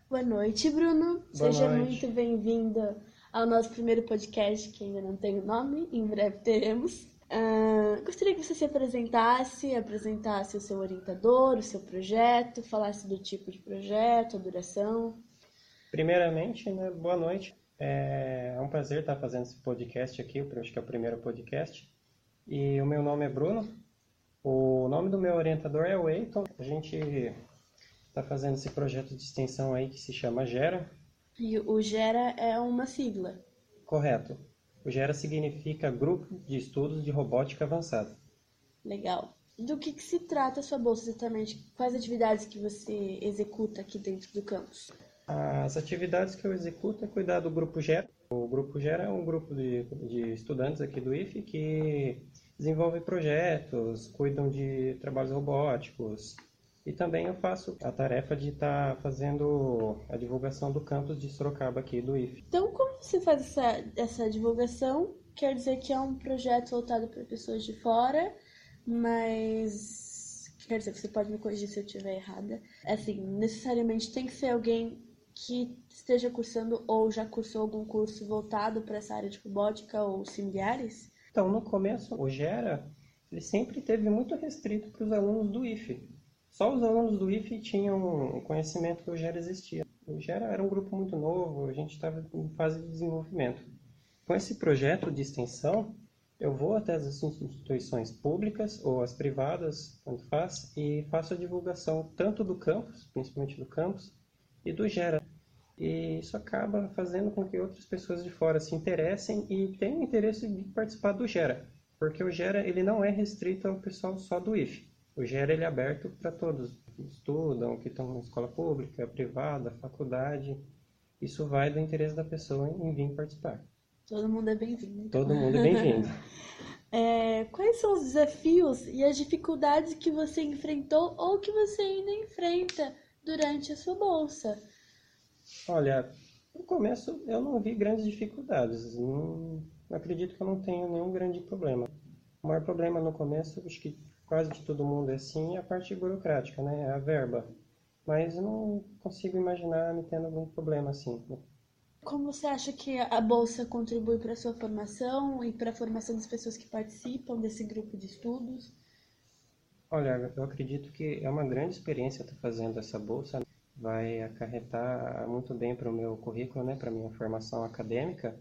Boa noite, Bruno. Boa Seja noite. muito bem-vindo ao nosso primeiro podcast, que ainda não tem o nome, em breve teremos. Gostaria que você se apresentasse o seu orientador, o seu projeto, falasse do tipo de projeto, a duração. Primeiramente, né, boa noite. É um prazer estar fazendo esse podcast aqui, eu acho que é o primeiro podcast. E o meu nome é Bruno. O nome do meu orientador é o Eiton. A gente está fazendo esse projeto de extensão aí que se chama GERA. E o GERA é uma sigla. Correto. O GERA significa Grupo de Estudos de Robótica Avançada. Legal. Do que se trata a sua bolsa exatamente? Quais atividades que você executa aqui dentro do campus? As atividades que eu executo é cuidar do Grupo GERA. O Grupo GERA é um grupo de estudantes aqui do IFE que desenvolve projetos, cuidam de trabalhos robóticos. E também eu faço a tarefa de estar fazendo a divulgação do campus de Sorocaba aqui do IFE. Então, como você faz essa divulgação? Quer dizer que é um projeto voltado para pessoas de fora, mas quer dizer que você pode me corrigir se eu estiver errada. Assim, necessariamente tem que ser alguém que esteja cursando ou já cursou algum curso voltado para essa área de robótica ou similares? Então, no começo, o GERA ele sempre teve muito restrito para os alunos do IFE. Só os alunos do IFE tinham o conhecimento que o GERA existia. O GERA era um grupo muito novo, a gente estava em fase de desenvolvimento. Com esse projeto de extensão, eu vou até as instituições públicas ou as privadas, tanto faz, e faço a divulgação tanto do campus, principalmente do campus, e do GERA. E isso acaba fazendo com que outras pessoas de fora se interessem e tenham interesse de participar do GERA, porque o GERA ele não é restrito ao pessoal só do IFE. O GERA ele é aberto para todos que estudam, que estão na escola pública, privada, faculdade. Isso vai do interesse da pessoa em vir participar. Todo mundo é bem-vindo, então. Todo mundo é bem-vindo. Quais são os desafios e as dificuldades que você enfrentou ou que você ainda enfrenta durante a sua bolsa? Olha, no começo eu não vi grandes dificuldades. Não acredito que eu não tenha nenhum grande problema. O maior problema no começo, acho que quase de todo mundo é assim, é a parte burocrática, né? A verba. Mas eu não consigo imaginar me tendo algum problema assim. Como você acha que a bolsa contribui para a sua formação e para a formação das pessoas que participam desse grupo de estudos? Olha, eu acredito que é uma grande experiência estar fazendo essa bolsa. Vai acarretar muito bem para o meu currículo, né? Para a minha formação acadêmica.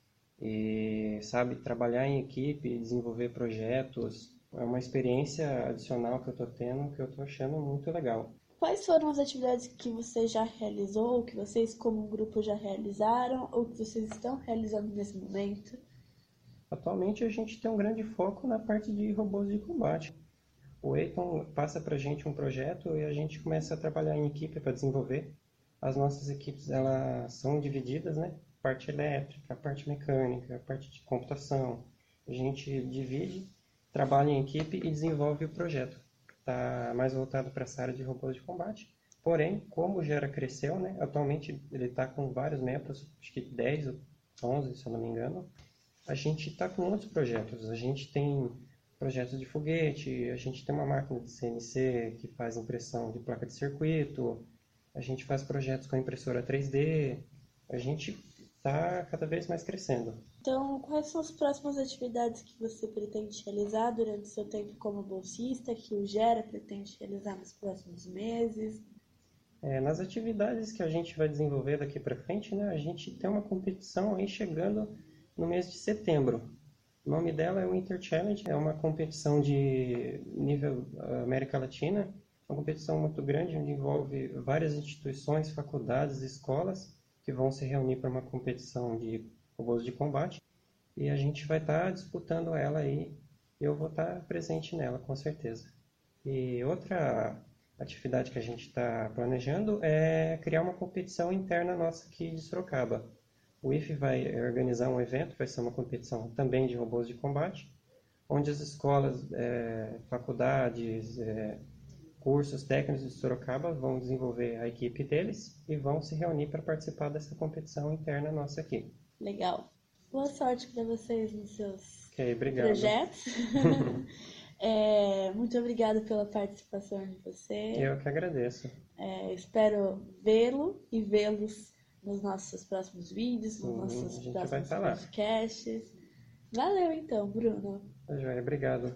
E, sabe, trabalhar em equipe, desenvolver projetos, é uma experiência adicional que eu estou tendo que eu estou achando muito legal. Quais foram as atividades que você já realizou, ou que vocês como grupo já realizaram, ou que vocês estão realizando nesse momento? Atualmente a gente tem um grande foco na parte de robôs de combate. O Eiton passa para a gente um projeto e a gente começa a trabalhar em equipe para desenvolver. As nossas equipes elas são divididas, né? Parte elétrica, parte mecânica, parte de computação. A gente divide, trabalha em equipe e desenvolve o projeto. Está mais voltado para essa área de robôs de combate. Porém, como o Gera cresceu, né? Atualmente ele está com vários membros, acho que 10 ou 11, se eu não me engano. A gente está com muitos projetos. A gente tem projetos de foguete, a gente tem uma máquina de CNC que faz impressão de placa de circuito, a gente faz projetos com impressora 3D, a gente está cada vez mais crescendo. Então, quais são as próximas atividades que você pretende realizar durante seu tempo como bolsista, que o GERA pretende realizar nos próximos meses? Nas atividades que a gente vai desenvolver daqui para frente, né, a gente tem uma competição aí chegando no mês de setembro. O nome dela é Winter Challenge, é uma competição de nível América Latina, uma competição muito grande, onde envolve várias instituições, faculdades, escolas, que vão se reunir para uma competição de robôs de combate, e a gente vai estar disputando ela aí, e eu vou estar presente nela, com certeza. E outra atividade que a gente está planejando é criar uma competição interna nossa aqui de Sorocaba. O IFE vai organizar um evento, vai ser uma competição também de robôs de combate, onde as escolas, faculdades, cursos técnicos de Sorocaba vão desenvolver a equipe deles e vão se reunir para participar dessa competição interna nossa aqui. Legal. Boa sorte para vocês nos seus Ok, obrigado. projetos. Muito obrigada pela participação de você. Eu que agradeço. Espero vê-lo e vê-los nos nossos próximos vídeos, nos Sim, nossos a gente próximos vai falar. podcasts. Valeu então, Bruno. Joia, obrigado.